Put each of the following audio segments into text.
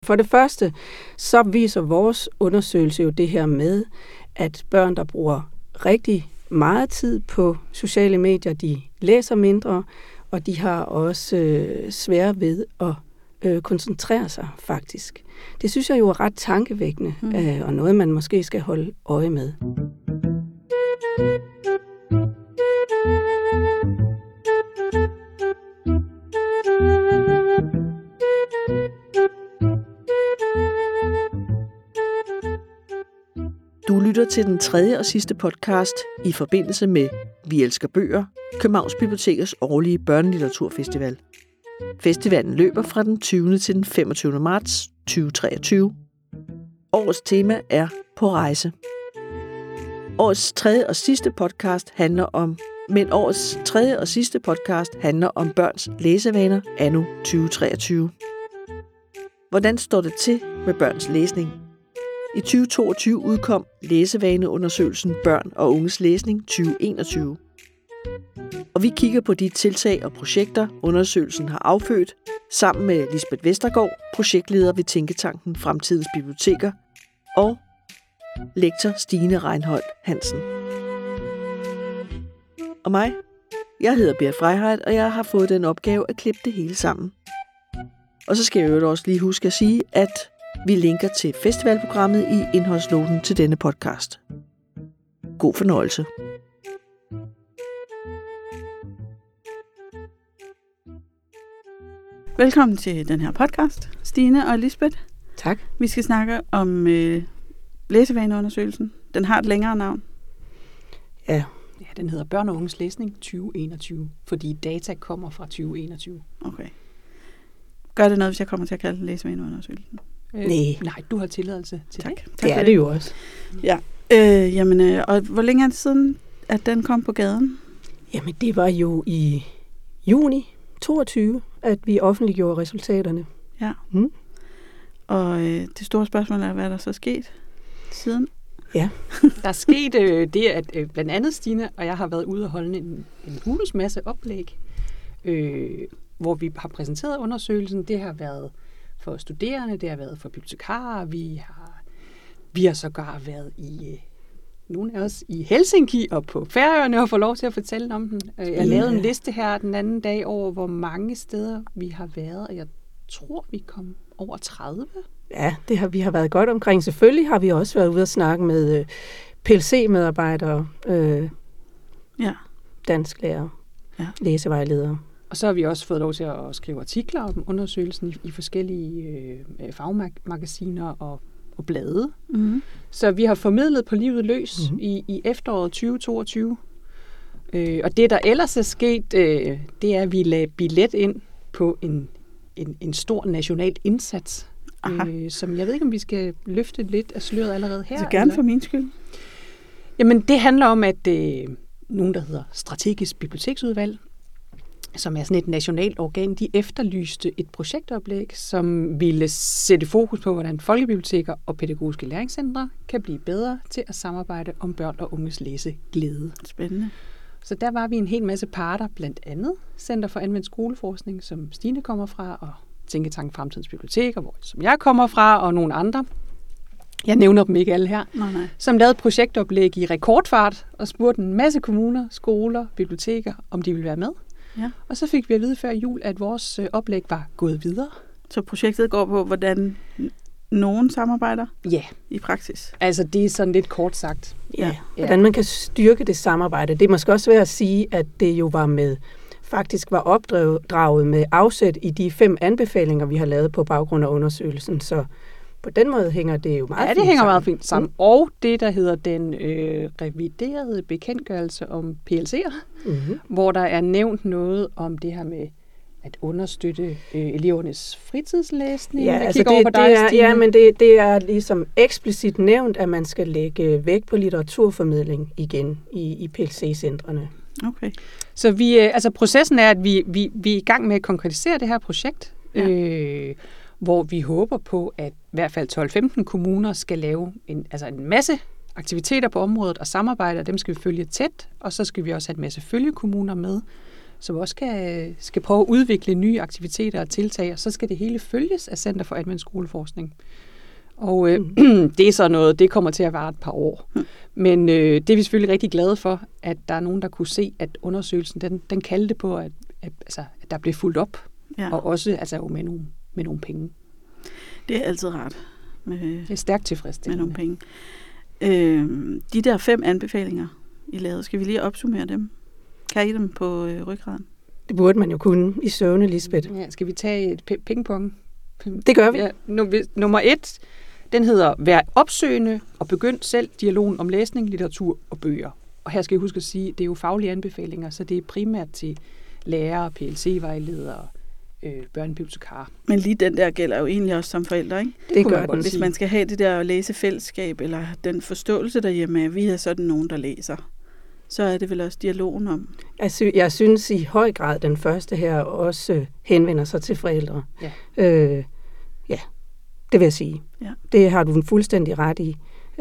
For det første, så viser vores undersøgelse jo det her med, at børn, der bruger rigtig meget tid på sociale medier, de læser mindre, og de har også svære ved at koncentrere sig faktisk. Det synes jeg jo er ret tankevækkende, og noget, man måske skal holde øje med. Du lytter til den tredje og sidste podcast i forbindelse med Vi elsker bøger, Københavns Bibliotekers årlige børnelitteraturfestival. Festivalen løber fra den 20. til den 25. marts 2023. Årets tema er På rejse. Årets tredje og sidste podcast handler om børns læsevaner anno 2023. Hvordan står det til med børns læsning? I 2022 udkom læsevaneundersøgelsen Børn og unges læsning 2021. Og vi kigger på de tiltag og projekter, undersøgelsen har affødt, sammen med Lisbeth Vestergaard, projektleder ved Tænketanken Fremtidens Biblioteker, og lektor Stine Reinholdt Hansen. Og mig, jeg hedder Berit Freiheit, og jeg har fået den opgave at klippe det hele sammen. Og så skal jeg jo også lige huske at sige, at vi linker til festivalprogrammet i indholdsnoten til denne podcast. God fornøjelse. Velkommen til den her podcast, Stine og Lisbeth. Tak. Vi skal snakke om læsevaneundersøgelsen. Den har et længere navn. Ja, den hedder Børn og unges læsning 2021, fordi data kommer fra 2021. Okay. Gør det noget, hvis jeg kommer til at kalde læsevaneundersøgelsen? Nej, du har tilladelse til det. Tak det er det jo også. Ja. Og hvor længe er det siden, at den kom på gaden? Jamen, det var jo i juni 22, at vi offentliggjorde resultaterne. Ja. Og det store spørgsmål er, hvad der så er sket siden? Ja. Der er sket det, at blandt andet Stine og jeg har været ude og holde en hulens masse oplæg, hvor vi har præsenteret undersøgelsen. Det har været for studerende, det har været for bibliotekarer, vi har sågar været nogle af os i Helsinki og på Færøerne og får lov til at fortælle om den. Jeg lavede en liste her den anden dag over, hvor mange steder vi har været, og jeg tror, vi kom over 30. Ja, vi har været godt omkring. Selvfølgelig har vi også været ude og snakke med PLC-medarbejdere, dansklærer, læsevejledere. Og så har vi også fået lov til at skrive artikler om undersøgelsen i forskellige fagmagasiner og blade. Mm-hmm. Så vi har formidlet på livet løs i efteråret 2022. Og det, der ellers er sket, det er, at vi lagde billet ind på en stor national indsats, som jeg ved ikke, om vi skal løfte lidt af sløret allerede her. Så gerne for min skyld. Jamen, det handler om, at nogen, der hedder Strategisk Biblioteksudvalg, som er sådan et nationalt organ, de efterlyste et projektoplæg, som ville sætte fokus på, hvordan folkebiblioteker og pædagogiske læringscentre kan blive bedre til at samarbejde om børn og unges læseglæde. Spændende. Så der var vi en hel masse parter, blandt andet Center for Anvendt Skoleforskning, som Stine kommer fra, og Tænketanken Fremtidens Biblioteker, som jeg kommer fra, og nogle andre. Jeg nævner dem ikke alle her. Nej. Som lavede et projektoplæg i rekordfart og spurgte en masse kommuner, skoler, biblioteker, om de ville være med. Ja. Og så fik vi at vide før jul, at vores oplæg var gået videre. Så projektet går på, hvordan nogen samarbejder i praksis? Altså det er sådan lidt kort sagt. Ja. Hvordan man kan styrke det samarbejde. Det er måske også værd at sige, at det jo faktisk var opdraget med afsæt i de 5 anbefalinger, vi har lavet på baggrund af undersøgelsen. Så på den måde hænger det jo meget fint sammen. Ja, det hænger meget fint sammen. Og det, der hedder den reviderede bekendtgørelse om PLC'er, hvor der er nævnt noget om det her med at understøtte elevernes fritidslæsning. Ja, altså men det er ligesom eksplicit nævnt, at man skal lægge vægt på litteraturformidling igen i PLC-centrene. Okay. Så processen er, at vi er i gang med at konkretisere det her projekt, hvor vi håber på, at i hvert fald 12-15 kommuner skal lave en masse aktiviteter på området og samarbejde, og dem skal vi følge tæt, og så skal vi også have en masse følgekommuner med, som også skal prøve at udvikle nye aktiviteter og tiltag, og så skal det hele følges af Center for Anvendt Skoleforskning. Og det er så noget, det kommer til at vare et par år. Men det er vi selvfølgelig rigtig glade for, at der er nogen, der kunne se, at undersøgelsen, den kaldte på, at der blev fulgt op, og også altså, med nogle penge. Det er altid rart. Det er stærkt tilfredsstillende. Med nogle penge. De der 5 anbefalinger, I lavede, skal vi lige opsummere dem? Kan I dem på ryggraden? Det burde man jo kunne i søvne, Lisbeth. Ja, skal vi tage et pingpong? Det gør vi. Ja, nummer 1, den hedder Vær opsøgende og begynd selv dialogen om læsning, litteratur og bøger. Og her skal jeg huske at sige, det er jo faglige anbefalinger, så det er primært til lærere, PLC-vejledere, børnebibliotekarer. Men lige den der gælder jo egentlig også som forældre, ikke? Det gør den. Hvis man skal have det der læsefællesskab, eller den forståelse derhjemme, at vi er sådan nogen, der læser, så er det vel også dialogen om. Jeg synes i høj grad, den første her også henvender sig til forældre. Ja. Det vil jeg sige. Ja. Det har du en fuldstændig ret i.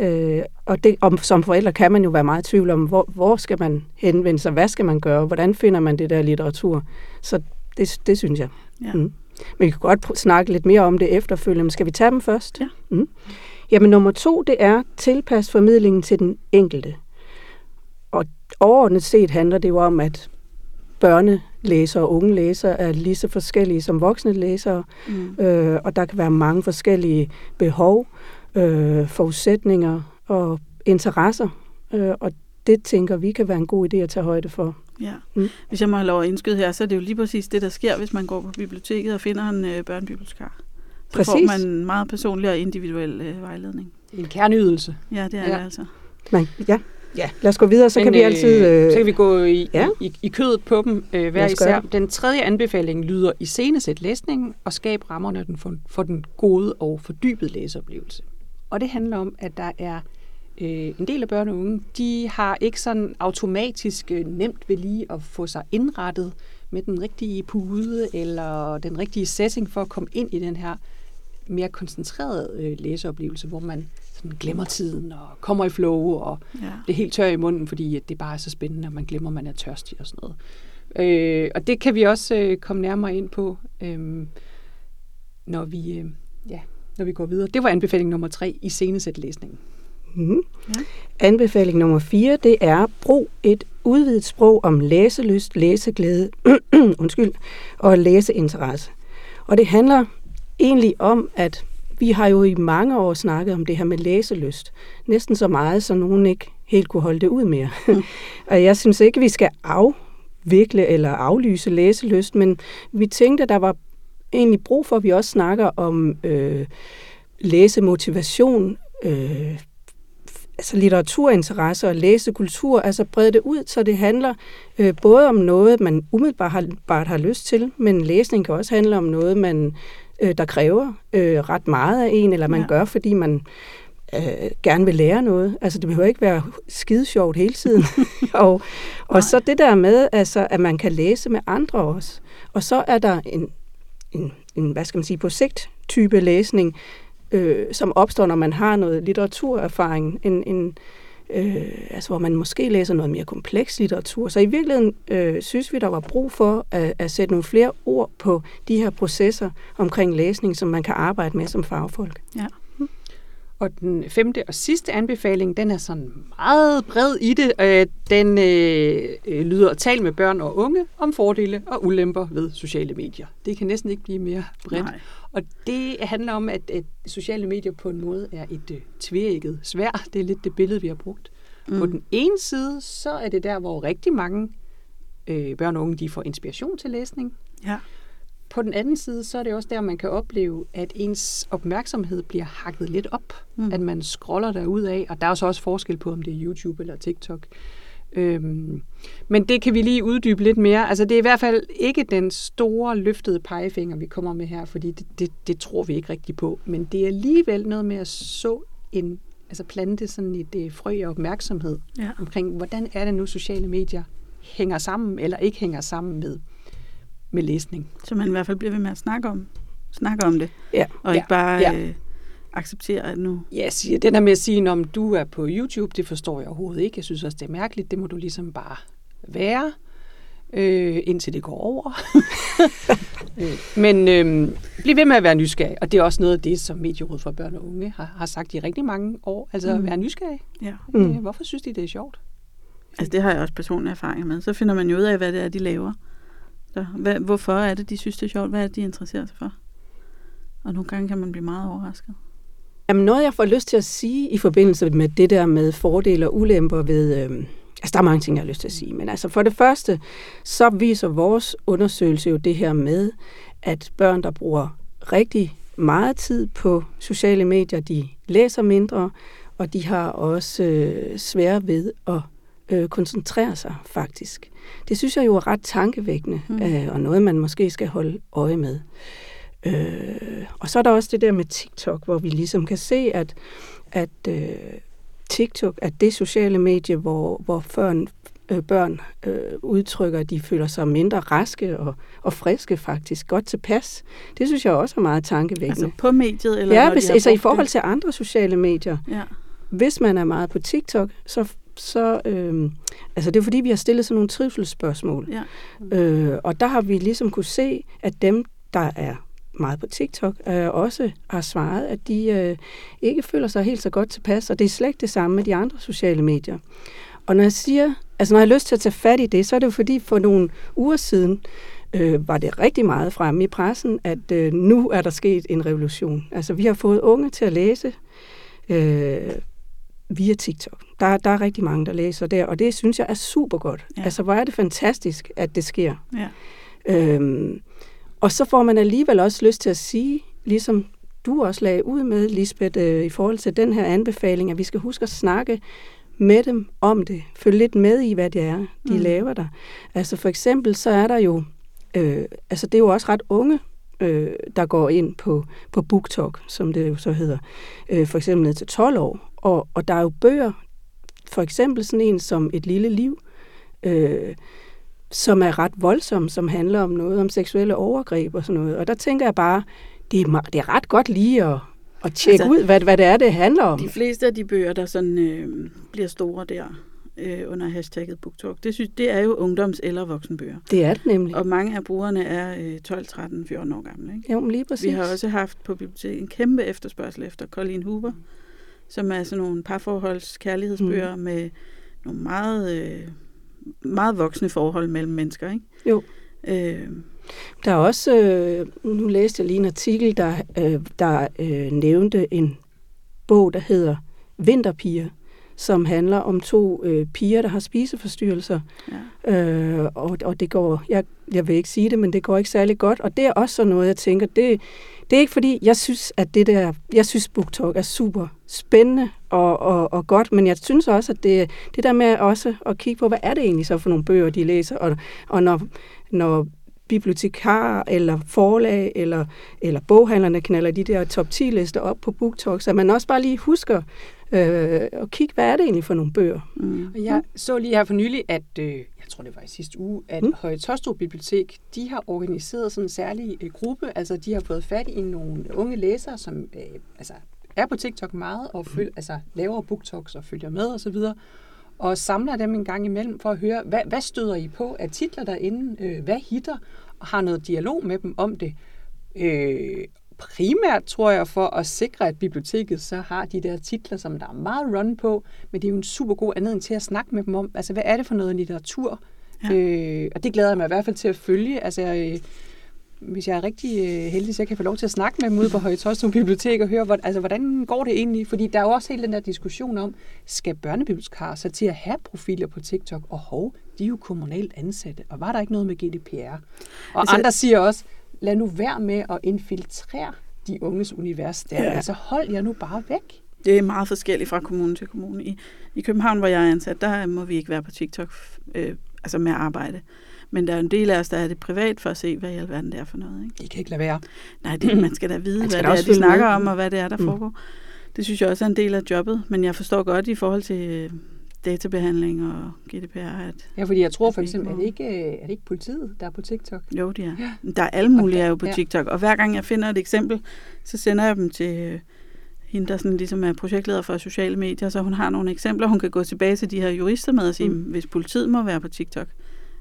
Og som forældre kan man jo være meget i tvivl om, hvor skal man henvende sig, hvad skal man gøre, hvordan finder man det der litteratur. Så det synes jeg. Ja. Men vi kan godt snakke lidt mere om det efterfølgende. Men skal vi tage dem først? Ja. Jamen nummer 2, det er tilpas formidlingen til den enkelte. Og overordnet set handler det jo om, at børnelæsere og unge læsere er lige så forskellige som voksne læsere. Og der kan være mange forskellige behov, forudsætninger og interesser. Og det tænker vi kan være en god idé at tage højde for. Ja. Hvis jeg må have lov at indskyde her, så er det jo lige præcis det, der sker, hvis man går på biblioteket og finder en børnebibliotekar. Så præcis. får man en meget personlig og individuel vejledning. En kerneydelse. Ja, det er det altså. Ja, lad os gå videre, så kan vi altid... Så kan vi gå i kødet på dem hver især. Den 3. anbefaling lyder: iscenesæt læsningen og skab rammerne for den gode og fordybede læseoplevelse. Og det handler om, at der er en del af børn og unge, de har ikke sådan automatisk nemt ved lige at få sig indrettet med den rigtige pude eller den rigtige setting for at komme ind i den her mere koncentrerede læseoplevelse, hvor man sådan glemmer tiden og kommer i flow og det er helt tør i munden, fordi det bare er så spændende, og man glemmer, at man er tørstig og sådan noget. Og det kan vi også komme nærmere ind på, når vi går videre. Det var anbefaling nummer 3, iscenesæt læsningen. Ja. Anbefaling nummer 4, det er brug et udvidet sprog om læselyst, læseglæde og læseinteresse. Og det handler egentlig om, at vi har jo i mange år snakket om det her med læselyst. Næsten så meget, så nogen ikke helt kunne holde det ud mere. Og jeg synes ikke, vi skal afvikle eller aflyse læselyst, men vi tænkte, at der var egentlig brug for, at vi også snakker om læsemotivation, altså litteraturinteresse og læsekultur, altså brede det ud, så det handler både om noget, man umiddelbart har lyst til, men læsning kan også handle om noget, man der kræver ret meget af en, eller man gør, fordi man gerne vil lære noget. Altså det behøver ikke være skide sjovt hele tiden. og så det der med, altså, at man kan læse med andre også. Og så er der en hvad skal man sige, på sigt type læsning, som opstår, når man har noget litteraturerfaring, altså hvor man måske læser noget mere kompleks litteratur. Så i virkeligheden synes vi, der var brug for at sætte nogle flere ord på de her processer omkring læsning, som man kan arbejde med som fagfolk. Ja. Og den 5. og sidste anbefaling, den er sådan meget bred i det. Den lyder: tal med børn og unge om fordele og ulemper ved sociale medier. Det kan næsten ikke blive mere bredt. Nej. Og det handler om, at sociale medier på en måde er et tveægget sværd. Det er lidt det billede, vi har brugt. På den ene side, så er det der, hvor rigtig mange børn og unge, de får inspiration til læsning. Ja. På den anden side, så er det også der, man kan opleve, at ens opmærksomhed bliver hakket lidt op. At man scroller derud af, og der er også forskel på, om det er YouTube eller TikTok. Men det kan vi lige uddybe lidt mere. Altså det er i hvert fald ikke den store løftede pegefinger, vi kommer med her, fordi det tror vi ikke rigtigt på. Men det er alligevel noget med at plante sådan et frø af opmærksomhed omkring, hvordan er det nu, sociale medier hænger sammen eller ikke hænger sammen med læsning. Så man i hvert fald bliver ved med at snakke om det, og ikke bare acceptere, at nu... Ja, den der med at sige, om du er på YouTube, det forstår jeg overhovedet ikke. Jeg synes også, det er mærkeligt. Det må du ligesom bare være. indtil det går over. Men bliv ved med at være nysgerrig, og det er også noget af det, som Medierådet for Børn og Unge har sagt i rigtig mange år. Altså at være nysgerrig. Ja. Hvorfor synes de, det er sjovt? Altså det har jeg også personlige erfaringer med. Så finder man jo ud af, hvad det er, de laver. Hvorfor er det, de synes, det er sjovt? Hvad er det, de interesserer sig for? Og nogle gange kan man blive meget overrasket. Jamen noget, jeg får lyst til at sige i forbindelse med det der med fordele og ulemper ved... Altså, der er mange ting, jeg har lyst til at sige. Men altså, for det første, så viser vores undersøgelse jo det her med, at børn, der bruger rigtig meget tid på sociale medier, de læser mindre, og de har også svære ved at koncentrere sig, faktisk. Det synes jeg jo er ret tankevækkende, og noget, man måske skal holde øje med. Og så er der også det der med TikTok, hvor vi ligesom kan se, at TikTok er det sociale medie, hvor børn udtrykker, at de føler sig mindre raske og friske faktisk, godt tilpas. Det synes jeg også er meget tankevækkende. Altså på mediet? Eller ja, altså i forhold til andre sociale medier. Ja. Hvis man er meget på TikTok, så altså det er fordi, vi har stillet sådan nogle trivselsspørgsmål. Ja. Og der har vi ligesom kunne se, at dem, der er meget på TikTok, også har svaret, at de ikke føler sig helt så godt tilpas, og det er slet ikke det samme med de andre sociale medier. Og når jeg har lyst til at tage fat i det, så er det jo fordi, for nogle uger siden var det rigtig meget fremme i pressen, at nu er der sket en revolution. Altså vi har fået unge til at læse via TikTok. Der er rigtig mange, der læser der, og det synes jeg er super godt. Ja. Altså hvor er det fantastisk, at det sker. Ja. Og så får man alligevel også lyst til at sige, ligesom du også lagde ud med, Lisbeth, i forhold til den her anbefaling, at vi skal huske at snakke med dem om det. Følge lidt med i, hvad det er, de laver der. Altså for eksempel, så er der jo, altså det er jo også ret unge, der går ind på BookTok, som det jo så hedder, for eksempel ned til 12 år. Og der er jo bøger, for eksempel sådan en som Et lille liv, som er ret voldsom, som handler om noget om seksuelle overgreb og sådan noget. Og der tænker jeg bare, det er ret godt lige at tjekke ud, hvad det er, det handler om. De fleste af de bøger, der sådan bliver store der under hashtagget BookTok, det er jo ungdoms- eller voksenbøger. Det er det nemlig. Og mange af brugerne er 12, 13, 14 år gamle. Ikke? Jo, lige præcis. Vi har også haft på biblioteket en kæmpe efterspørgsel efter Colleen Hoover, som er sådan nogle parforholdskærlighedsbøger med nogle meget voksne forhold mellem mennesker, ikke? Jo. Der er også, nu læste jeg lige en artikel, der nævnte en bog, der hedder Vinterpiger, som handler om 2 piger, der har spiseforstyrrelser. Ja. Og det går, jeg vil ikke sige det, men det går ikke særlig godt. Og det er også sådan noget, jeg tænker, det er ikke fordi, jeg synes, at jeg synes BookTok er super spændende og godt, men jeg synes også, at det der med også at kigge på, hvad er det egentlig så for nogle bøger, de læser, og når bibliotekarer eller forlag eller boghandlerne knalder de der top 10 lister op på BookTok, så man også bare lige husker og kigge, hvad er det egentlig for nogle bøger. Og jeg så lige her for nylig, at jeg tror det var i sidste uge, at Høje Taastrup Bibliotek, de har organiseret sådan en særlig gruppe, altså de har fået fat i nogle unge læsere, som er på TikTok meget, og laver BookToks og følger med osv., og samler dem en gang imellem for at høre, hvad støder I på af titler derinde, hvad hitter, og har noget dialog med dem om det. Primært, tror jeg, for at sikre, at biblioteket så har de der titler, som der er meget run på, men det er jo en super god anledning til at snakke med dem om, altså hvad er det for noget litteratur? Ja. Og det glæder jeg mig i hvert fald til at følge. Altså, hvis jeg er rigtig heldig, så jeg kan få lov til at snakke med dem ude på Høje Taastrup Bibliotek og høre, hvordan går det egentlig? Fordi der er jo også hele den der diskussion om, skal børnebibliotekarer så til at have profiler på TikTok? Og de er jo kommunalt ansatte, og var der ikke noget med GDPR? Og andre siger også, lad nu være med at infiltrere de unges univers der. Ja. Altså hold jer nu bare væk. Det er meget forskelligt fra kommune til kommune. I København, hvor jeg er ansat, der må vi ikke være på TikTok med arbejde. Men der er en del af os, der er det privat for at se, hvad i alverden det er for noget. Ikke? De kan ikke lade være. Nej, man skal da vide, hvad det er, de snakker om, og hvad det er, der foregår. Det synes jeg også er en del af jobbet, men jeg forstår godt i forhold til databehandling og GDPR. Ja, fordi jeg tror for eksempel, er det ikke politiet, der er på TikTok? Jo, det er. Ja. Der er alle mulige jo på TikTok, og hver gang jeg finder et eksempel, så sender jeg dem til hende, der sådan ligesom er projektleder for sociale medier, så hun har nogle eksempler, hun kan gå tilbage til de her jurister med og sige, hvis politiet må være på TikTok,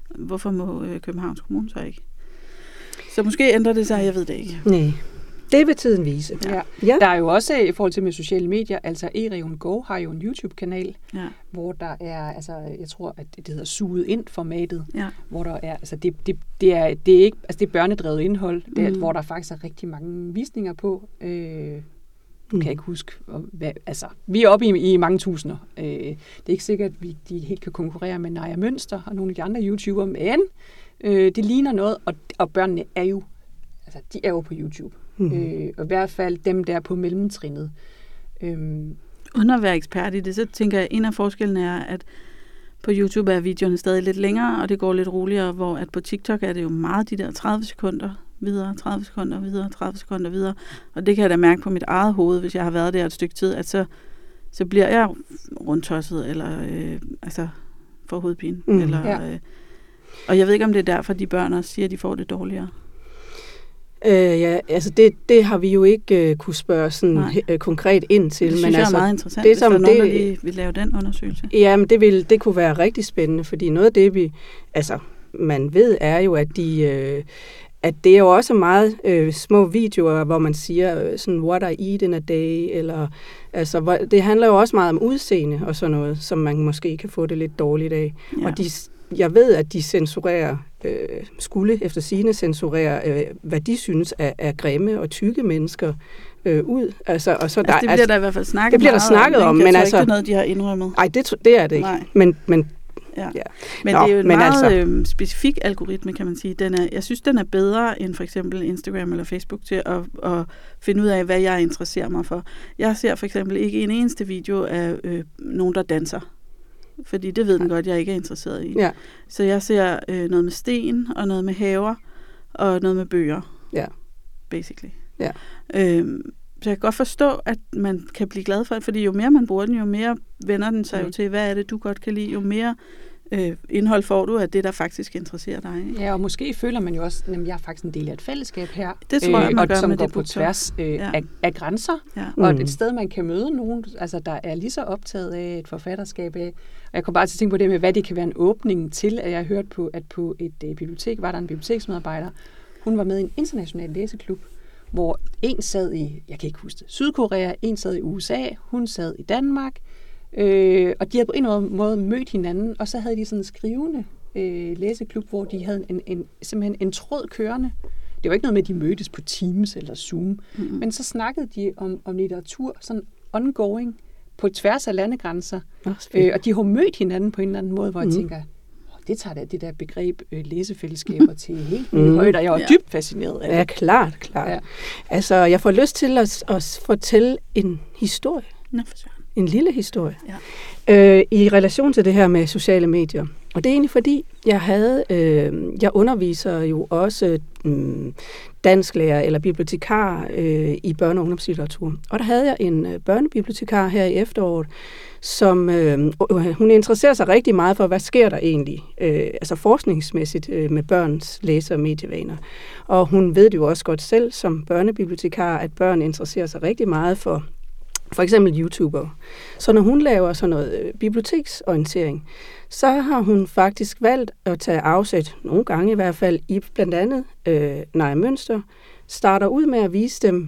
Hvorfor må Københavns Kommune så ikke? Så måske ændrer det sig, jeg ved det ikke. Nej. Det vil tiden vise. Ja. Der er jo også i forhold til med sociale medier, altså eRegion Go har jo en YouTube-kanal, hvor der er, altså jeg tror, at det hedder suget ind formatet, hvor der er, altså det er ikke, altså det er børnedrevet indhold, hvor der faktisk er rigtig mange visninger på. Kan jeg ikke huske, altså vi er oppe i mange tusinder. Det er ikke sikkert, at de helt kan konkurrere med Naja Mønster og nogle af de andre YouTubere, men det ligner noget, og børnene er jo, altså de er jo på YouTube. Og i hvert fald dem, der er på mellemtrinnet. Uden at være ekspert i det, så tænker jeg, at en af forskellene er, at på YouTube er videoerne stadig lidt længere, og det går lidt roligere, hvor at på TikTok er det jo meget de der 30 sekunder videre, 30 sekunder videre, 30 sekunder videre. Og det kan jeg da mærke på mit eget hoved, hvis jeg har været der et stykke tid, at så bliver jeg rundtosset, eller får hovedpine. Og jeg ved ikke, om det er derfor, de børn også siger, at de får det dårligere. Det har vi jo ikke kunne spørge sådan konkret ind til. Det synes jeg er meget interessant, hvis der er nogen, der lige vil lave den undersøgelse. Jamen, det kunne være rigtig spændende, fordi noget af det, man ved, er jo, at det er jo også meget små videoer, hvor man siger sådan, what I eat in a day, eller det handler jo også meget om udseende og sådan noget, som man måske kan få det lidt dårligt af. Ja. Og jeg ved, at de censurerer, skulle efter sigende censurere, hvad de synes er grimme og tykke mennesker ud. Det bliver der i hvert fald snakket det bliver der snakket om, men altså ikke noget, de har indrømmet. Nej, det er det ikke. Nej. Men det er jo en meget specifik algoritme, kan man sige. Jeg synes, den er bedre end for eksempel Instagram eller Facebook til at finde ud af, hvad jeg interesserer mig for. Jeg ser for eksempel ikke en eneste video af nogen, der danser. Fordi det ved den godt, jeg ikke er interesseret i. Ja. Så jeg ser noget med sten, og noget med haver, og noget med bøger. Ja. Basically. Ja. Så jeg kan godt forstå, at man kan blive glad for det, fordi jo mere man bruger den, jo mere vender den sig jo til, hvad er det, du godt kan lide, jo mere indhold får du af det, der faktisk interesserer dig. Ikke? Ja, og måske føler man jo også, at jeg er faktisk en del af et fællesskab her. Det tror jeg, man gør som med går det på tværs af grænser, og et sted, man kan møde nogen, altså der er lige så optaget af et forfatterskab af. Og jeg kom bare til at tænke på det med, hvad det kan være en åbning til, at jeg hørte på, at på et bibliotek var der en biblioteksmedarbejder. Hun var med i en international læseklub, hvor en sad i, jeg kan ikke huske det, Sydkorea, en sad i USA, hun sad i Danmark, og de havde på en eller anden måde mødt hinanden, og så havde de sådan en skrivende læseklub, hvor de havde simpelthen en tråd kørende. Det var ikke noget med, at de mødtes på Teams eller Zoom, men så snakkede de om litteratur, sådan ongoing, på tværs af landegrænser, og de har mødt hinanden på en eller anden måde, hvor jeg tænker, det tager det der begreb læsefællesskaber til helt nye højder. Jeg var dybt fascineret af det. Ja, klart. Ja. Altså, jeg får lyst til at fortælle en historie. En lille historie. Ja. I relation til det her med sociale medier. Og det er egentlig fordi, jeg underviser jo også dansklærer eller bibliotekar i børne- og ungdomslitteratur. Og der havde jeg en børnebibliotekar her i efteråret, som hun interesserer sig rigtig meget for, hvad sker der egentlig, altså forskningsmæssigt med børns læse- og medievaner. Og hun ved det jo også godt selv som børnebibliotekar, at børn interesserer sig rigtig meget for eksempel YouTuber. Så når hun laver sådan noget biblioteksorientering, så har hun faktisk valgt at tage afsæt, nogle gange i hvert fald, i blandt andet Naja Mønster, starter ud med at vise dem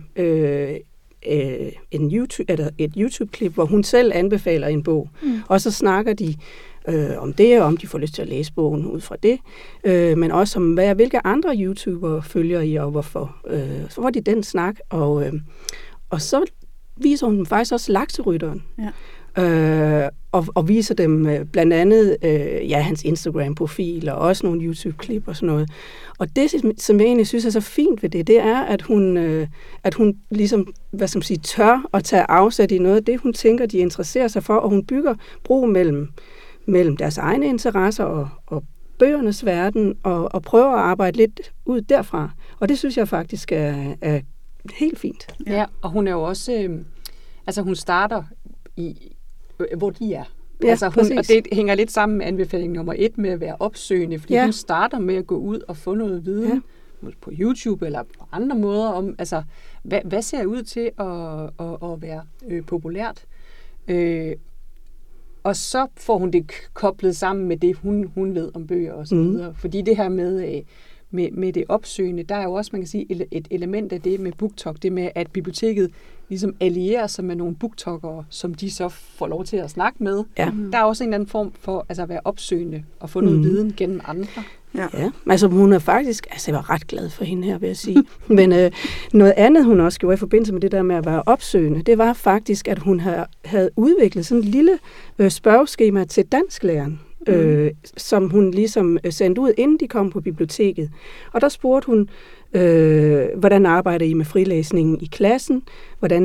et YouTube-klip, hvor hun selv anbefaler en bog. Og så snakker de om det, og om de får lyst til at læse bogen ud fra det, men også om, hvilke andre YouTubere følger I, og hvorfor. Så var de den snak, og så viser hun faktisk også Lakserytteren. Ja. Og viser dem blandt andet hans Instagram-profil og også nogle YouTube-klip og sådan noget. Og det, som jeg egentlig synes er så fint ved det er, at hun ligesom, tør at tage afsæt i noget af det, hun tænker, de interesserer sig for, og hun bygger bro mellem deres egne interesser og bøgernes verden, og prøver at arbejde lidt ud derfra. Og det synes jeg faktisk er helt fint. Ja, og hun er jo også, hun starter i, hvor de er. Ja, og det hænger lidt sammen med anbefaling nummer 1 med at være opsøgende, fordi hun starter med at gå ud og få noget viden på YouTube eller på andre måder om, hvad ser ud til at være populært. Og så får hun det koblet sammen med det, hun ved om bøger og så videre. Fordi det her med det opsøgende, der er jo også, man kan sige, et element af det med BookTok, det med, at biblioteket ligesom allierer sig med nogle booktalkere, som de så får lov til at snakke med. Ja. Der er også en eller anden form for at være opsøgende og få noget viden gennem andre. Ja, altså hun er faktisk, jeg var ret glad for hende her, vil jeg sige. Men noget andet, hun også gjorde i forbindelse med det der med at være opsøgende, det var faktisk, at hun havde udviklet sådan en lille spørgeskema til dansklæreren, som hun ligesom sendte ud, inden de kom på biblioteket. Og der spurgte hun, hvordan arbejder I med frilæsningen i klassen? Hvordan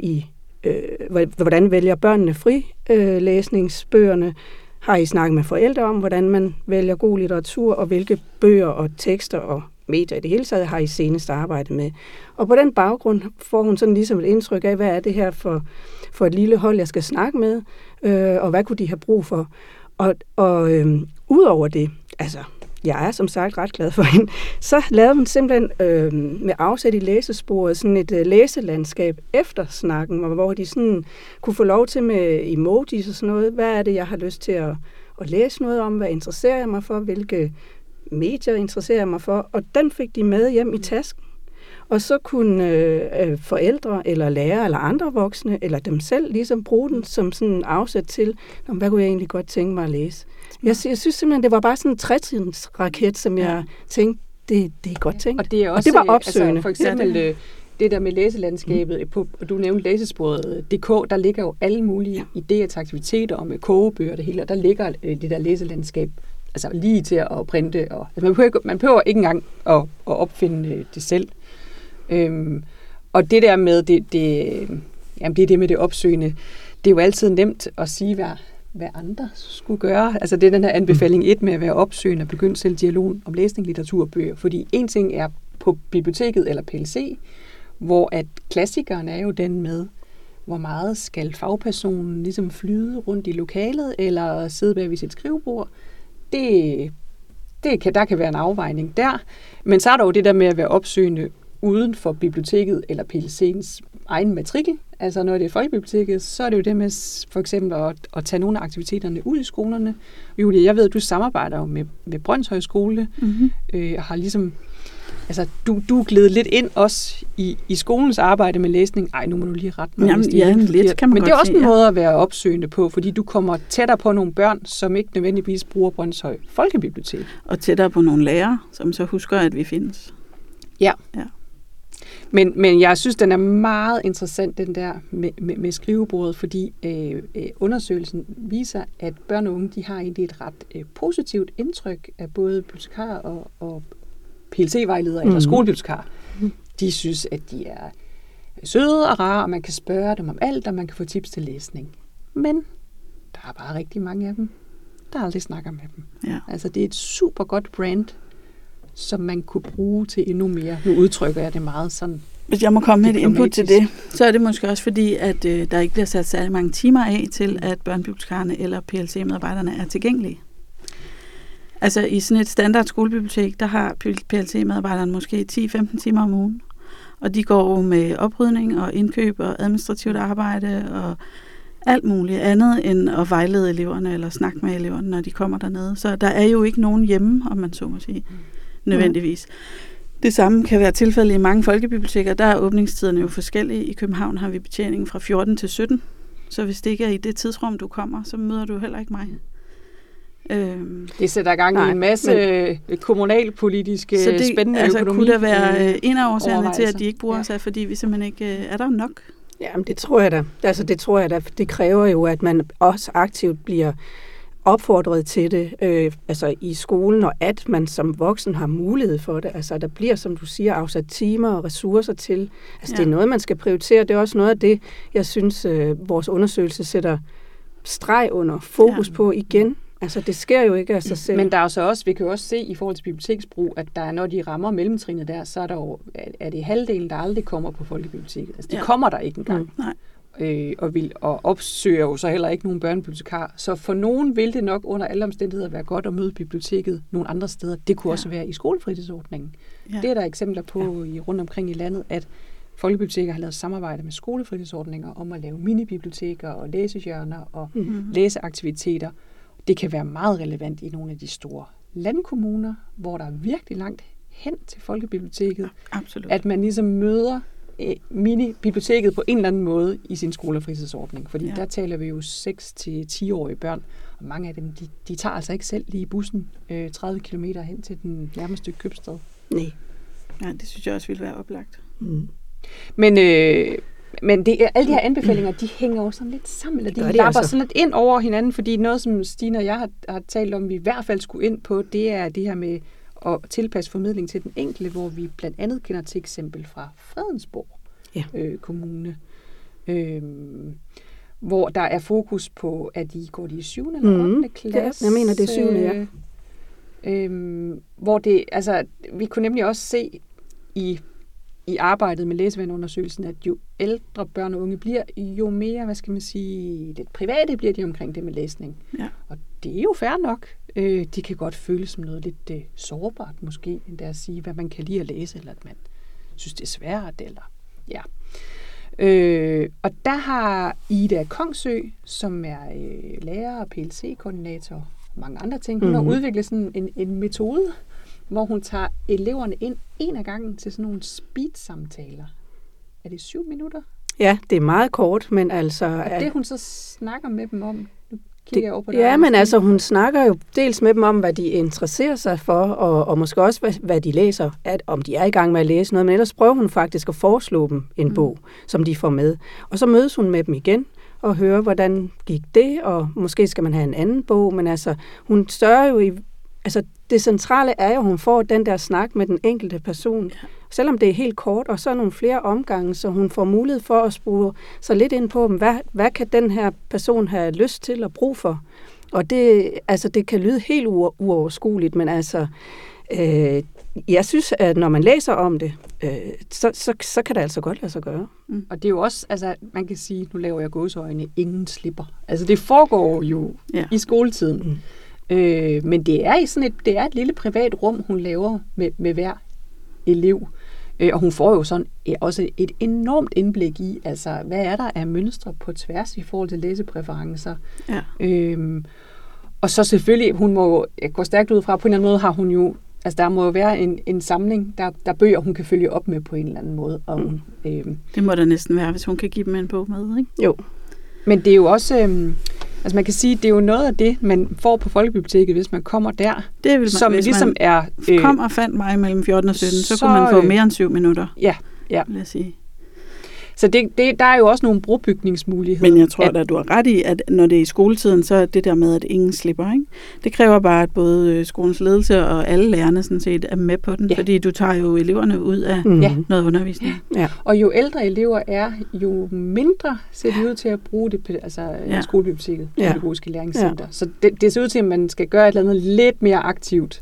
vælger børnene frilæsningsbøgerne? Har I snakket med forældre om, hvordan man vælger god litteratur, og hvilke bøger og tekster og medier i det hele taget har I senest arbejdet med? Og på den baggrund får hun sådan ligesom et indtryk af, hvad er det her for et lille hold, jeg skal snakke med, og hvad kunne de have brug for? Og udover det, jeg er som sagt ret glad for hende, så lavede hun simpelthen med afsæt i læsesporet sådan et læselandskab efter snakken, hvor de sådan kunne få lov til med emojis og sådan noget. Hvad er det, jeg har lyst til at læse noget om? Hvad interesserer jeg mig for? Hvilke medier interesserer jeg mig for? Og den fik de med hjem i tasken. Og så kunne forældre eller lærere eller andre voksne eller dem selv ligesom bruge den som sådan afsæt til, hvad kunne jeg egentlig godt tænke mig at læse. Jeg synes simpelthen, det var bare sådan en trætrinsraket, som jeg tænkte, det er godt tænkt. Og det er også, og det var opsøgende. For eksempel det der med læselandskabet, og du nævnte læsesporet.dk, der ligger jo alle mulige idéer til aktiviteter og med kogebøger og det hele, og der ligger det der læselandskab lige til at printe. Og, man behøver ikke engang at opfinde det selv. Og det der med det med det opsøgende, det er jo altid nemt at sige, hvad andre skulle gøre. Altså det er den her anbefaling 1 med at være opsøgende og begynde selv dialogen om læsning, litteratur og bøger. Fordi en ting er på biblioteket eller PLC, hvor at klassikeren er jo den med, hvor meget skal fagpersonen ligesom flyde rundt i lokalet eller sidde bag ved sit skrivebord. Der kan være en afvejning der. Men så er der jo det der med at være opsøgende uden for biblioteket eller PLC'ens egen matrikel. Altså når det er folkebiblioteket, så er det jo det med for eksempel at tage nogle af aktiviteterne ud i skolerne. Julie, jeg ved, at du samarbejder jo med Brønshøj Skole. Har ligesom, du er glædet lidt ind også i skolens arbejde med læsning. Ej, nu må du lige rette mig. Lidt kan man. Men det er også en måde at være opsøgende på, fordi du kommer tættere på nogle børn, som ikke nødvendigvis bruger Brønshøj Folkebibliotek. Og tættere på nogle lærere, som så husker, at vi findes. Ja. Men jeg synes, den er meget interessant, den der med skrivebordet, fordi undersøgelsen viser, at børn og unge, de har egentlig et ret positivt indtryk af både bibliotekarer og PLC-vejledere eller skolebibliotekarer. De synes, at de er søde og rare, og man kan spørge dem om alt, og man kan få tips til læsning. Men der er bare rigtig mange af dem, der aldrig snakker med dem. Ja. Altså, det er et super godt brand, som man kunne bruge til endnu mere. Nu udtrykker jeg det meget sådan. Hvis jeg må komme med et input til det, så er det måske også fordi, at der ikke bliver sat særlig mange timer af til, at børnebibliotekarerne eller PLC-medarbejderne er tilgængelige. Altså i sådan et standard skolebibliotek, der har PLC-medarbejderne måske 10-15 timer om ugen. Og de går med oprydning og indkøb og administrativt arbejde og alt muligt andet end at vejlede eleverne eller snakke med eleverne, når de kommer dernede. Så der er jo ikke nogen hjemme, om man så må sige, nødvendigvis. Det samme kan være tilfældet i mange folkebiblioteker. Der er åbningstiderne jo forskellige. I København har vi betjening fra 14 til 17. Så hvis det ikke er i det tidsrum, du kommer, så møder du heller ikke mig. Det sætter i gang i en masse kommunalpolitiske spændende økonomi. Kunne der være en af årsagerne til, at de ikke bruger sig, fordi vi simpelthen ikke er der nok? Jamen det tror jeg da. Det tror jeg da. Det kræver jo, at man også aktivt bliver opfordret til det, i skolen, og at man som voksen har mulighed for det. Altså der bliver, som du siger, afsat timer og ressourcer til. Altså det er noget, man skal prioritere. Det er også noget af det, jeg synes, vores undersøgelse sætter streg under fokus på igen. Altså, det sker jo ikke af sig selv. Men der er jo så også, vi kan jo også se i forhold til biblioteksbrug, at der er, når de rammer mellemtrinnet der, så er der jo, er det halvdelen, der aldrig kommer på folkebiblioteket. Altså, de kommer der ikke engang. Og opsøger jo så heller ikke nogen børnebibliotekar. Så for nogen vil det nok under alle omstændigheder være godt at møde biblioteket nogle andre steder. Det kunne også være i skolefritidsordningen. Ja. Det er der eksempler på rundt omkring i landet, at folkebiblioteker har lavet samarbejde med skolefritidsordninger om at lave minibiblioteker og læsehjørner og læseaktiviteter. Det kan være meget relevant i nogle af de store landkommuner, hvor der er virkelig langt hen til folkebiblioteket. Absolut. At man ligesom møder mini-biblioteket på en eller anden måde i sin skolefritidsordning. Fordi der taler vi jo 6-10-årige børn, og mange af dem, de tager altså ikke selv lige bussen 30 kilometer hen til den nærmeste købstad. Nej. Ja, det synes jeg også ville være oplagt. Men alle de her anbefalinger, de hænger jo sådan lidt sammen, eller de lapper sådan lidt ind over hinanden, fordi noget, som Stine og jeg har talt om, vi i hvert fald skulle ind på, det er det her med at tilpasse formidling til den enkelte, hvor vi blandt andet kender til eksempel fra Fredensborg Kommune, hvor der er fokus på, at går de i 7. eller 8. klasse. Jeg mener, det er 7. Hvor det, altså, vi kunne nemlig også se i arbejdet med læsevaneundersøgelsen, at jo ældre børn og unge bliver, jo mere, hvad skal man sige, lidt private bliver de omkring det med læsning. Ja. Og det er jo fair nok. De kan godt føles som noget lidt sårbart måske, end at sige, hvad man kan lide at læse, eller at man synes, det er svært, eller ja. Og der har Ida Kongsø, som er lærer og PLC-koordinator og mange andre ting, hun har udviklet sådan en metode, hvor hun tager eleverne ind en af gangen til sådan nogle speed-samtaler. Er det 7 minutter? Ja, det er meget kort, men altså... Og det hun så snakker med dem om... men altså hun snakker jo dels med dem om, hvad de interesserer sig for, og måske også, hvad de læser, om de er i gang med at læse noget, men ellers prøver hun faktisk at foreslå dem en bog, som de får med. Og så mødes hun med dem igen og hører, hvordan gik det, og måske skal man have en anden bog, men altså hun sørger jo altså det centrale er jo, at hun får den der snak med den enkelte person, selvom det er helt kort, og så nogle flere omgange, så hun får mulighed for at spore sig lidt ind på, hvad kan den her person have lyst til at bruge for? Og det kan lyde helt uoverskueligt, men altså, jeg synes, at når man læser om det, så kan det altså godt lade sig gøre. Og det er jo også, altså man kan sige, nu laver jeg gåseøjne, ingen slipper. Altså det foregår jo i skoletiden. Men det er det er et lille privat rum, hun laver med hver elev. Og hun får jo sådan også et enormt indblik i, altså hvad er der af mønstre på tværs i forhold til læsepræferencer. Ja. Og så selvfølgelig, hun må gå stærkt ud fra, på en eller anden måde har hun jo, altså der må jo være en samling, der bøger, hun kan følge op med på en eller anden måde. Og, det må der næsten være, hvis hun kan give dem en bog med, ikke? Jo. Men det er jo også... altså man kan sige, det er jo noget af det, man får på folkebiblioteket, hvis man kommer der. Det vil man, som hvis ligesom man er... kom og fandt mig mellem 14 og 17, så kunne man få mere end 7 minutter. Ja. Vil jeg sige. Så der er jo også nogle brobygningsmuligheder. Men jeg tror at du har ret i, at når det er i skoletiden, så er det der med, at ingen slipper, ikke? Det kræver bare, at både skolens ledelse og alle lærerne sådan set er med på den, fordi du tager jo eleverne ud af noget undervisning. Ja. Og jo ældre elever er, jo mindre ser de ud til at bruge det, altså skolebiblioteket, pædagogiske læringscenter. Så det ser ud til, at man skal gøre et eller andet lidt mere aktivt.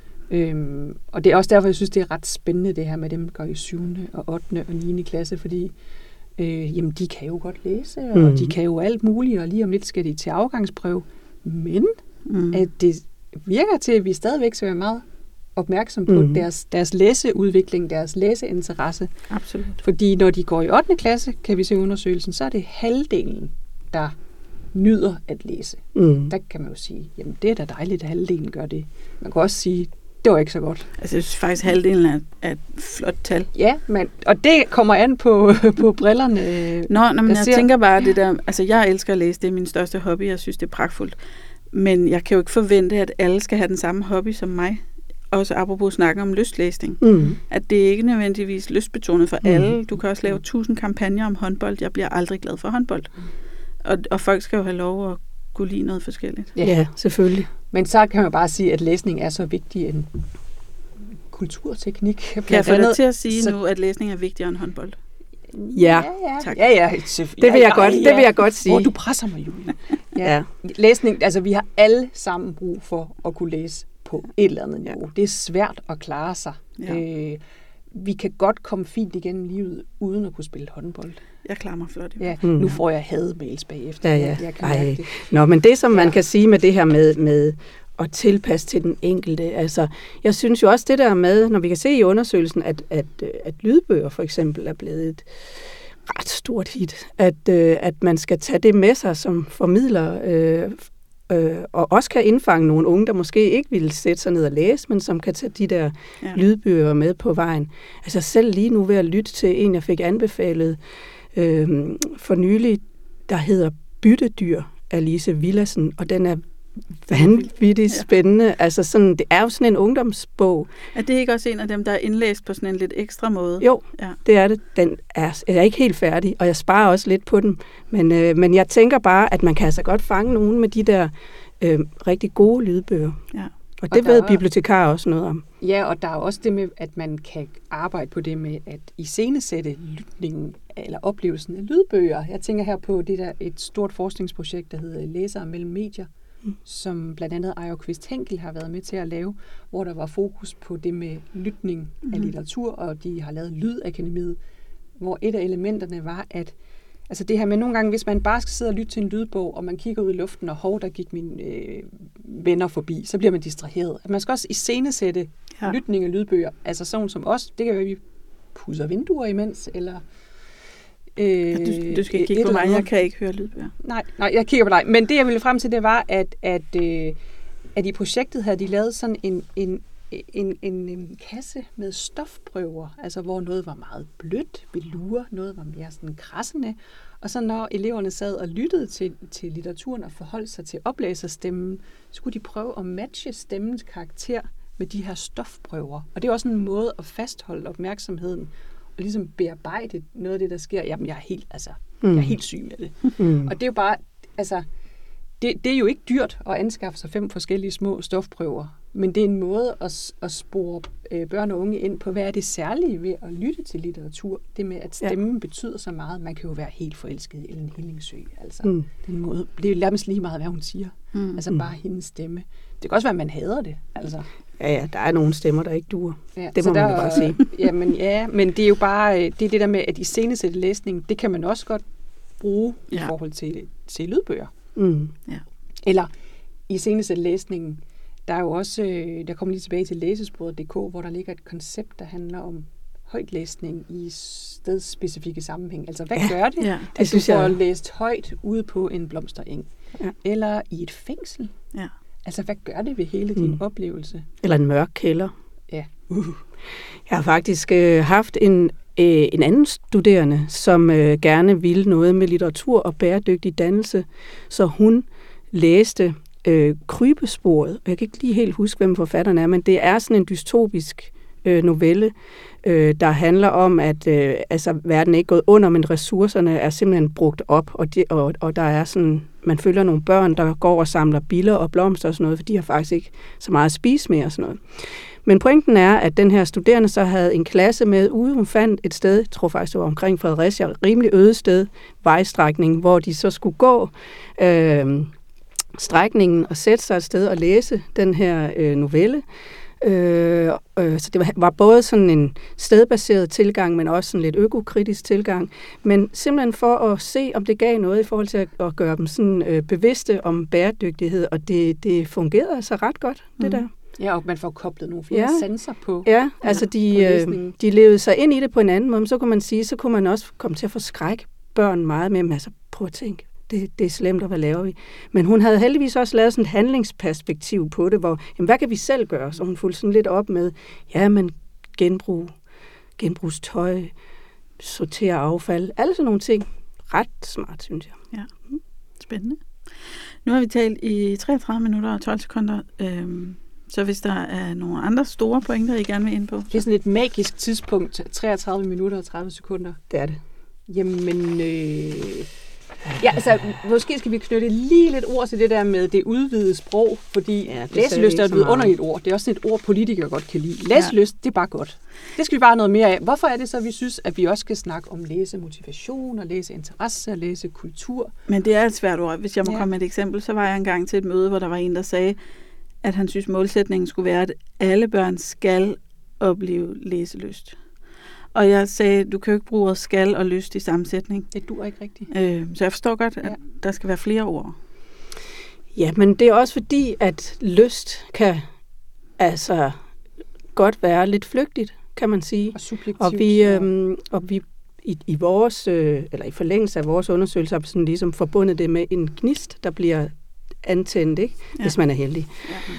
Og det er også derfor, jeg synes, det er ret spændende, det her med dem, der går i 7. og 8. og 9. klasse, fordi jamen, de kan jo godt læse, og de kan jo alt muligt, og lige om lidt skal de til afgangsprøve. Men at det virker til, at vi stadigvæk skal være meget opmærksom på deres læseudvikling, deres læseinteresse. Absolut. Fordi når de går i 8. klasse, kan vi se undersøgelsen, så er det halvdelen, der nyder at læse. Der kan man jo sige, jamen det er da dejligt, at halvdelen gør det. Man kan også sige, det var ikke så godt. Altså jeg synes faktisk, halvdelen er et flot tal. Ja, og det kommer an på brillerne. Men jeg tænker bare, det der, altså jeg elsker at læse, det er min største hobby, jeg synes, det er pragtfuldt. Men jeg kan jo ikke forvente, at alle skal have den samme hobby som mig. Også apropos snakke om lystlæsning. At det ikke nødvendigvis lystbetonet for alle. Du kan også lave 1000 kampagner om håndbold. Jeg bliver aldrig glad for håndbold. Og folk skal jo have lov at kunne lide noget forskelligt. Ja, selvfølgelig. Men så kan man bare sige, at læsning er så vigtig en kulturteknik. Kan jeg få dig til at sige nu, at læsning er vigtigere end håndbold? Ja. Tak. Ja. Det vil jeg godt sige. Du presser mig, Julie. Ja. Læsning, altså vi har alle sammen brug for at kunne læse på et eller andet niveau. Det er svært at klare sig. Ja. Vi kan godt komme fint igennem livet, uden at kunne spille håndbold. Jeg klarer mig flot. Ja, nu får jeg hademails bagefter. Ja. Men det, som man kan sige med det her med at tilpasse til den enkelte. Altså, jeg synes jo også det der med, når vi kan se i undersøgelsen, at lydbøger for eksempel er blevet et ret stort hit, at man skal tage det med sig som formidler, og også kan indfange nogle unge, der måske ikke ville sætte sig ned og læse, men som kan tage de der lydbøger med på vejen. Altså selv lige nu ved at lytte til en, jeg fik anbefalet for nylig, der hedder Byttedyr af Lise Villadsen, og den er vanvittigt spændende. Altså sådan, det er jo sådan en ungdomsbog. Er det ikke også en af dem, der er indlæst på sådan en lidt ekstra måde? Jo, det er det. Den er ikke helt færdig, og jeg sparer også lidt på den. Men jeg tænker bare, at man kan altså godt fange nogen med de der rigtig gode lydbøger. Ja. Og det ved bibliotekarer også noget om. Ja, og der er også det med, at man kan arbejde på det med at iscenesætte lytningen eller oplevelsen af lydbøger. Jeg tænker her på det der et stort forskningsprojekt, der hedder Læsere mellem medier, som blandt andet Ejor Kvist Henkel har været med til at lave, hvor der var fokus på det med lytning af litteratur, og de har lavet Lydakademiet, hvor et af elementerne var, at altså det her med nogle gange, hvis man bare skal sidde og lytte til en lydbog, og man kigger ud i luften, og der gik mine venner forbi, så bliver man distraheret. At man skal også iscenesætte lytning af lydbøger, altså sådan som os, det kan være, at vi pudser vinduer imens, eller du skal kigge på mig, jeg kan ikke høre lydbøger. Nej, jeg kigger på dig. Men det, jeg ville frem til, det var, at i projektet havde de lavet sådan en kasse med stofprøver, altså hvor noget var meget blødt, velure, noget var mere sådan krassende. Og så når eleverne sad og lyttede til litteraturen og forholdt sig til oplæserstemmen, så skulle de prøve at matche stemmens karakter med de her stofprøver. Og det er også en måde at fastholde opmærksomheden og ligesom bearbejde noget af det, der sker. Jamen, jeg er helt syg med det. Og det er jo bare, altså, det er jo ikke dyrt at anskaffe sig 5 forskellige små stofprøver, men det er en måde at spore børn og unge ind på, hvad er det særlige ved at lytte til litteratur. Det med, at stemmen betyder så meget. Man kan jo være helt forelsket i Ellen Hillingsø. Altså, den måde, det er jo nærmest lige meget, hvad hun siger. Altså bare hendes stemme. Det kan også være, at man hader det. Altså. Ja, der er nogle stemmer, der ikke duer. Ja, det må man jo bare sige. Men det er jo bare det der med, at iscenesætte læsning, det kan man også godt bruge i forhold til lydbøger. Ja. Eller iscenesætte læsningen. Der er jo også, der kommer lige tilbage til læsesporet.dk, hvor der ligger et koncept, der handler om højtlæsning i stedspecifikke sammenhæng. Altså, hvad gør det, at du får læst højt ude på en blomstereng? Ja. Eller i et fængsel? Ja. Altså, hvad gør det ved hele din oplevelse? Eller en mørk kælder. Ja. Jeg har faktisk haft en anden studerende, som gerne ville noget med litteratur og bæredygtig dannelse, så hun læste Krybesporet. Jeg kan ikke lige helt huske, hvem forfatteren er, men det er sådan en dystopisk novelle, der handler om, at verden er ikke gået under, men ressourcerne er simpelthen brugt op, og der er sådan, man følger nogle børn, der går og samler biller og blomster og sådan noget, for de har faktisk ikke så meget at spise mere og sådan noget. Men pointen er, at den her studerende så havde en klasse med ude. Hun fandt et sted, jeg tror faktisk det var omkring Fredericia, rimelig øde sted, vejstrækning, hvor de så skulle gå strækningen og sætte sig et sted og læse den her novelle. Så det var både sådan en stedbaseret tilgang, men også sådan lidt økokritisk tilgang. Men simpelthen for at se, om det gav noget i forhold til at gøre dem sådan bevidste om bæredygtighed, og det fungerede altså ret godt, det der. Ja, og man får koblet nogle flere sanser på. Ja, altså de levede sig ind i det på en anden måde, men så kunne man sige, så kunne man også komme til at forskrække børn meget med, altså prøv at tænke, det er slemt, og hvad laver vi? Men hun havde heldigvis også lavet sådan et handlingsperspektiv på det, hvor, jamen, hvad kan vi selv gøre? Så hun fulgte sådan lidt op med, men genbrugstøj, sortere affald, alle sådan nogle ting. Ret smart, synes jeg. Ja, spændende. Nu har vi talt i 33 minutter og 12 sekunder, så hvis der er nogle andre store pointer, I gerne vil ind på. Det er sådan et magisk tidspunkt, 33 minutter og 30 sekunder. Det er det. Jamen, måske skal vi knytte lige lidt ord til det der med det udvidede sprog, fordi læselyst er et vidunderligt ord. Det er også sådan et ord, politikere godt kan lide. Læselyst, det er bare godt. Det skal vi bare have noget mere af. Hvorfor er det så, vi synes, at vi også skal snakke om læsemotivation og læseinteresse og læsekultur? Men det er et svært ord. Hvis jeg må komme med et eksempel, så var jeg engang til et møde, hvor der var en, der sagde, at han synes, målsætningen skulle være, at alle børn skal opleve læselyst. Og jeg sagde, du kan jo ikke bruge ordet skal og lyst i sammensætning. Det duer ikke rigtigt. Så jeg forstår godt, at der skal være flere ord. Ja, men det er også fordi, at lyst kan altså godt være lidt flygtigt, kan man sige. Og subjektivt. Og vi i vores, eller i forlængelse af vores undersøgelse, har vi sådan ligesom forbundet det med en gnist, der bliver antændt, ikke? Ja. Hvis man er heldig.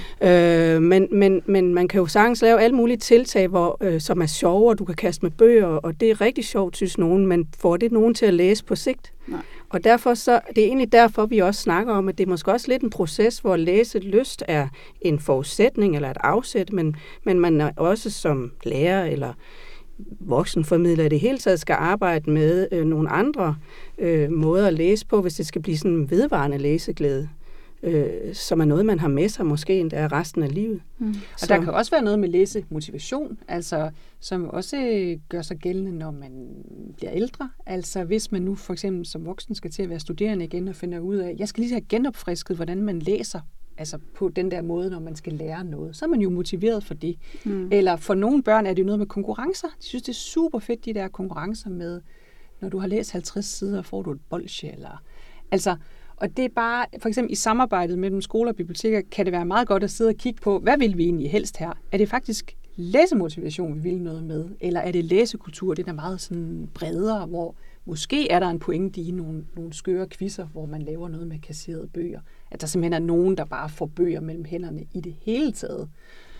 Ja. Men man kan jo sagtens lave alle mulige tiltag, som er sjove, og du kan kaste med bøger, og det er rigtig sjovt, synes nogen, men får det nogen til at læse på sigt? Nej. Og derfor det er egentlig derfor, vi også snakker om, at det er måske også lidt en proces, hvor læselyst er en forudsætning eller et afsæt, men man også som lærer eller voksenformidler i det hele taget skal arbejde med nogle andre måder at læse på, hvis det skal blive sådan en vedvarende læseglæde, som er noget, man har med sig måske endda resten af livet. Og der kan også være noget med læsemotivation, altså, som også gør sig gældende, når man bliver ældre. Altså hvis man nu for eksempel som voksen skal til at være studerende igen og finder ud af, jeg skal lige have genopfrisket, hvordan man læser, altså på den der måde, når man skal lære noget, så er man jo motiveret for det. Eller for nogle børn er det jo noget med konkurrencer. De synes, det er super fedt, de der konkurrencer med, når du har læst 50 sider, får du et bolsje, eller altså. Og det er bare, for eksempel i samarbejdet mellem skoler og biblioteker, kan det være meget godt at sidde og kigge på, hvad vil vi egentlig helst her? Er det faktisk læsemotivation, vi vil noget med? Eller er det læsekultur, det er meget sådan bredere, hvor måske er der en pointe i nogle skøre quizzer, hvor man laver noget med kasserede bøger. At der simpelthen er nogen, der bare får bøger mellem hænderne i det hele taget.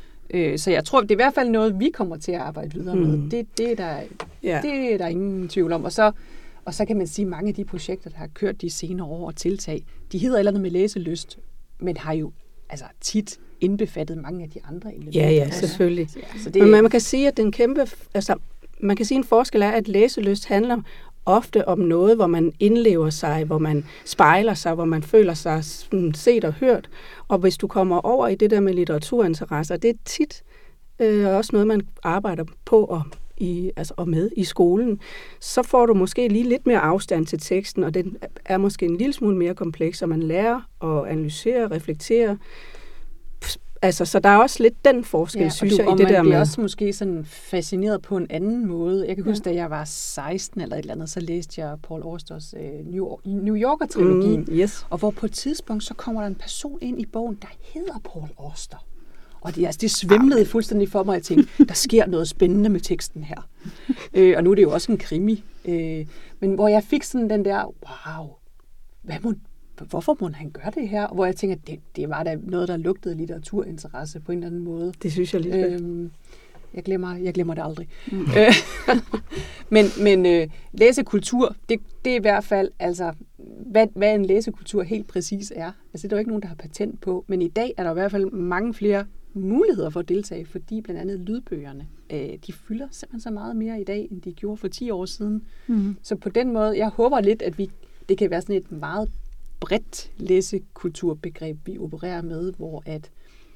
Så jeg tror, det er i hvert fald noget, vi kommer til at arbejde videre med. Det er der ingen tvivl om. Og så kan man sige, at mange af de projekter, der har kørt de senere år og tiltag, de hedder et eller andet med læselyst, men har jo altså tit indbefattet mange af de andre elementer. Ja, selvfølgelig. Så det, men man kan sige, at den man kan sige, en forskel er, at læselyst handler ofte om noget, hvor man indlever sig, hvor man spejler sig, hvor man føler sig set og hørt. Og hvis du kommer over i det der med litteraturinteresser, det er tit også noget, man arbejder på og med i skolen, så får du måske lige lidt mere afstand til teksten, og den er måske en lille smule mere kompleks, og man lærer at analysere, reflektere. Altså, så der er også lidt den forskel, synes jeg, i det der med. Og man bliver også måske sådan fascineret på en anden måde. Jeg kan huske, da jeg var 16 eller et eller andet, så læste jeg Paul Austers New Yorker-trilogien, yes. Og hvor på et tidspunkt, så kommer der en person ind i bogen, der hedder Paul Auster. Og det svimlede fuldstændig for mig, at jeg tænkte, der sker noget spændende med teksten her. Og nu er det jo også en krimi. Men hvor jeg fik sådan den der, wow, hvorfor må han gøre det her? Og hvor jeg tænker, det var da noget, der lugtede litteraturinteresse på en eller anden måde. Det synes jeg lige. Jeg glemmer det aldrig. Men læsekultur, det er i hvert fald, altså, hvad en læsekultur helt præcis er. Altså, det er der jo ikke nogen, der har patent på. Men i dag er der i hvert fald mange flere muligheder for at deltage, fordi blandt andet lydbøgerne, de fylder simpelthen så meget mere i dag, end de gjorde for 10 år siden. Så på den måde, jeg håber lidt, at det kan være sådan et meget bredt læsekulturbegreb, vi opererer med, hvor at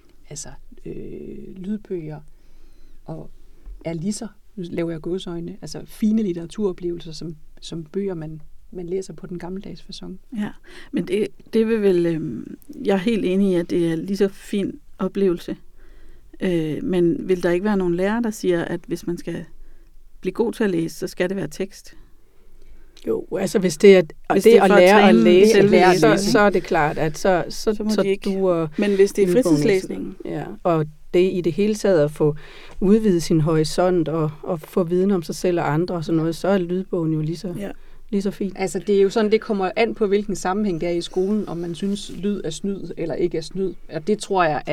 lydbøger og er lige så, nu laver jeg gåseøjne, altså fine litteraturoplevelser, som bøger, man læser på den gammeldags facon. Ja, men det vil vel, jeg er helt enig i, at det er lige så fin oplevelse. Men vil der ikke være nogen lærere, der siger, at hvis man skal blive god til at læse, så skal det være tekst? Jo, altså hvis det er at lære at læse, så er det klart, at så duer. Men hvis det er fritidslæsning. Ja, og det i det hele taget at få udvidet sin horisont og få viden om sig selv og andre og sådan noget, så er lydbogen jo lige så fint. Altså det er jo sådan, det kommer an på, hvilken sammenhæng det er i skolen, om man synes, lyd er snyd eller ikke er snyd. Og det tror jeg,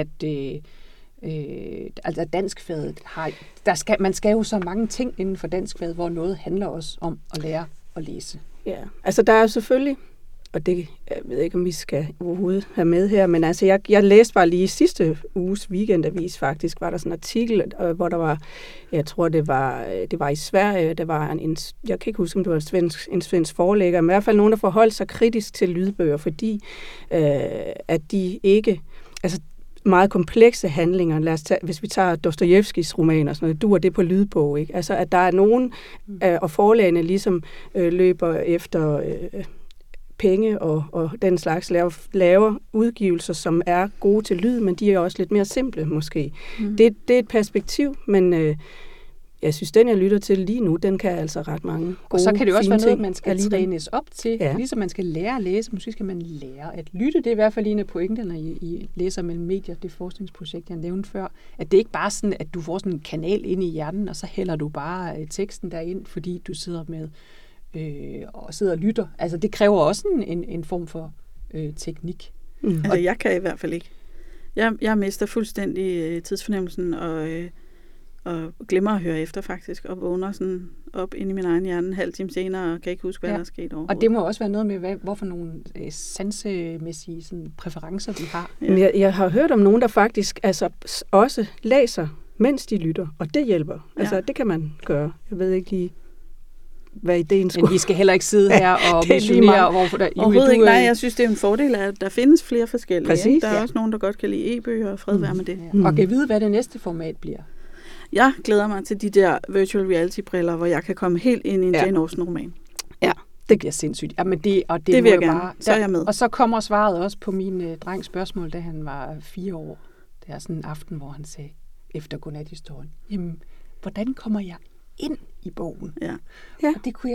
at danskfaget har. Man skal jo så mange ting inden for danskfaget, hvor noget handler også om at lære at læse. Ja, altså der er jo selvfølgelig, og det jeg ved ikke, om vi skal overhovedet have med her, men altså jeg læste bare lige sidste uges weekendavis faktisk, var der sådan en artikel, hvor der var, jeg tror det var i Sverige, der var jeg kan ikke huske, om det var en svensk forlægger, men i hvert fald nogen, der forholdt sig kritisk til lydbøger, fordi at de ikke, altså meget komplekse handlinger. Lad os hvis vi tager Dostojevskijs romaner og sådan noget, duer det på lydbog, ikke? Altså, at der er nogen, og forlagene ligesom løber efter penge og den slags, laver udgivelser, som er gode til lyd, men de er også lidt mere simple, måske. Det er et perspektiv, men jeg synes, den jeg lytter til lige nu, den kan altså ret mange gode, og så kan det også være noget, ting, man skal trænes op til. Ja. Ligesom man skal lære at læse, måske skal man lære at lytte. Det er i hvert fald en af pointerne i Læser mellem medier, det forskningsprojekt, jeg nævnte før. At det ikke bare sådan, at du får sådan en kanal ind i hjernen, og så hælder du bare teksten derind, fordi du sidder med og sidder og lytter. Altså det kræver også en form for teknik. Altså jeg kan i hvert fald ikke. Jeg mister fuldstændig tidsfornemmelsen og glemmer at høre efter faktisk, og vågner sådan op inde i min egen hjerne en halv time senere, og kan ikke huske, hvad der er sket overhovedet. Og det må også være noget med, hvorfor nogle sansemæssige sådan, præferencer vi har. Ja. Jeg har hørt om nogen, der faktisk altså, også læser, mens de lytter, og det hjælper. Altså det kan man gøre. Jeg ved ikke lige, hvad ideen skulle. Men vi skal heller ikke sidde her og missionere. Overhovedet ikke. Nej, jeg synes, det er en fordel, at der findes flere forskellige. Præcis, der er også nogen, der godt kan lide e-bøger, og fred være med det. Ja. Og kan vide, hvad det næste format bliver. Jeg glæder mig til de der virtual reality-briller, hvor jeg kan komme helt ind i en Jane Austen-roman. Ja, det bliver sindssygt. Ja, men det vil jeg gerne. Så er jeg med. Og så kommer svaret også på min drengs spørgsmål, da han var 4 år. Det er sådan en aften, hvor han sagde, efter godnathistorien, jamen, hvordan kommer jeg ind i bogen? Ja. Og det kunne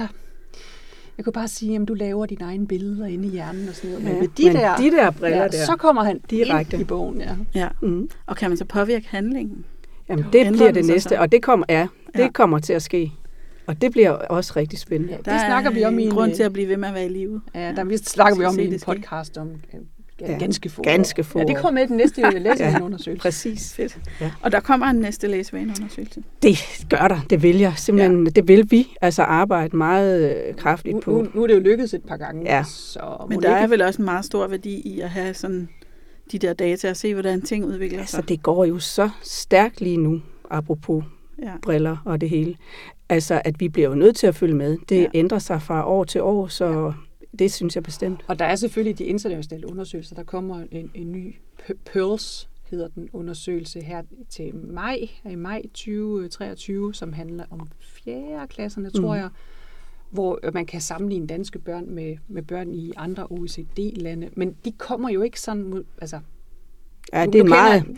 jeg kunne bare sige, at du laver dine egne billeder inde i hjernen og sådan noget. Men med de der briller der, så kommer han direkte ind i bogen. Ja. Og kan man så påvirke handlingen? Jamen, det bliver det næste, og det kommer til at ske. Og det bliver også rigtig spændende. Ja, det snakker vi om i en grund til at blive ved med at være i live. Ja, der snakker vi om i en podcast om ganske få. Ganske få. Ja, det kommer med i den næste læsevaneundersøgelse. Præcis. Fedt. Ja. Og der kommer en næste læsevaneundersøgelse. Det gør der. Det vil jeg. Simpelthen, det vil vi altså arbejde meget kraftigt på. Nu er det jo lykkedes et par gange. Ja. Så men der er vel også en meget stor værdi i at have sådan de der data og se, hvordan ting udvikler sig. Altså, det går jo så stærkt lige nu, apropos briller og det hele. Altså, at vi bliver jo nødt til at følge med. Det ændrer sig fra år til år, så det synes jeg bestemt. Og der er selvfølgelig de internationale undersøgelser. Der kommer en ny PEARLS, hedder den undersøgelse her til maj 2023, som handler om 4. klasserne, tror jeg, hvor man kan sammenligne danske børn med børn i andre OECD-lande. Men de kommer jo ikke sådan, altså... Ja, det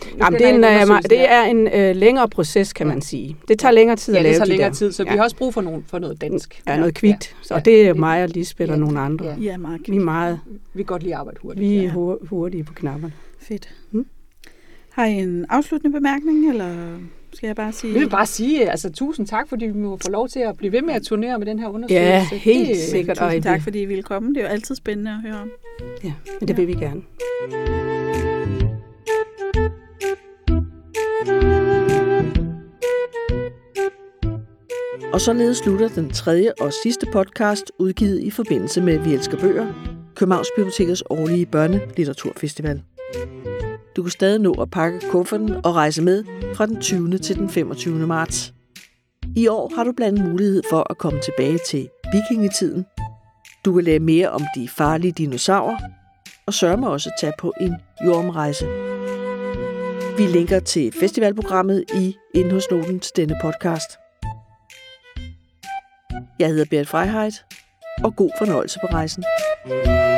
er en længere proces, kan man sige. Det tager længere tid at lave det tager længere tid, så vi har også brug for noget dansk. Ja, noget kvikt. Og det er mig og Lisbeth og nogle andre. Ja, meget vi er meget... Vi kan godt lige arbejde hurtigt. Vi er hurtige på knapperne. Fedt. Har I en afsluttende bemærkning, eller skal jeg bare sige... Vi vil bare sige, altså tusind tak, fordi vi må få lov til at blive ved med at turnere med den her undersøgelse. Ja, helt sikkert. Tusind tak, fordi I ville komme. Det er jo altid spændende at høre om. Ja, men det vil vi gerne. Og således slutter den 3. og sidste podcast, udgivet i forbindelse med Vi Elsker Bøger, Københavns Bibliotekets årlige børnelitteraturfestival. Du kan stadig nå at pakke kufferten og rejse med fra den 20. til den 25. marts. I år har du blandt andet mulighed for at komme tilbage til vikingetiden. Du kan lære mere om de farlige dinosaurer, og sørge også tage på en jordomrejse. Vi linker til festivalprogrammet i indholdsnoten til denne podcast. Jeg hedder Berit Freiheit, og god fornøjelse på rejsen.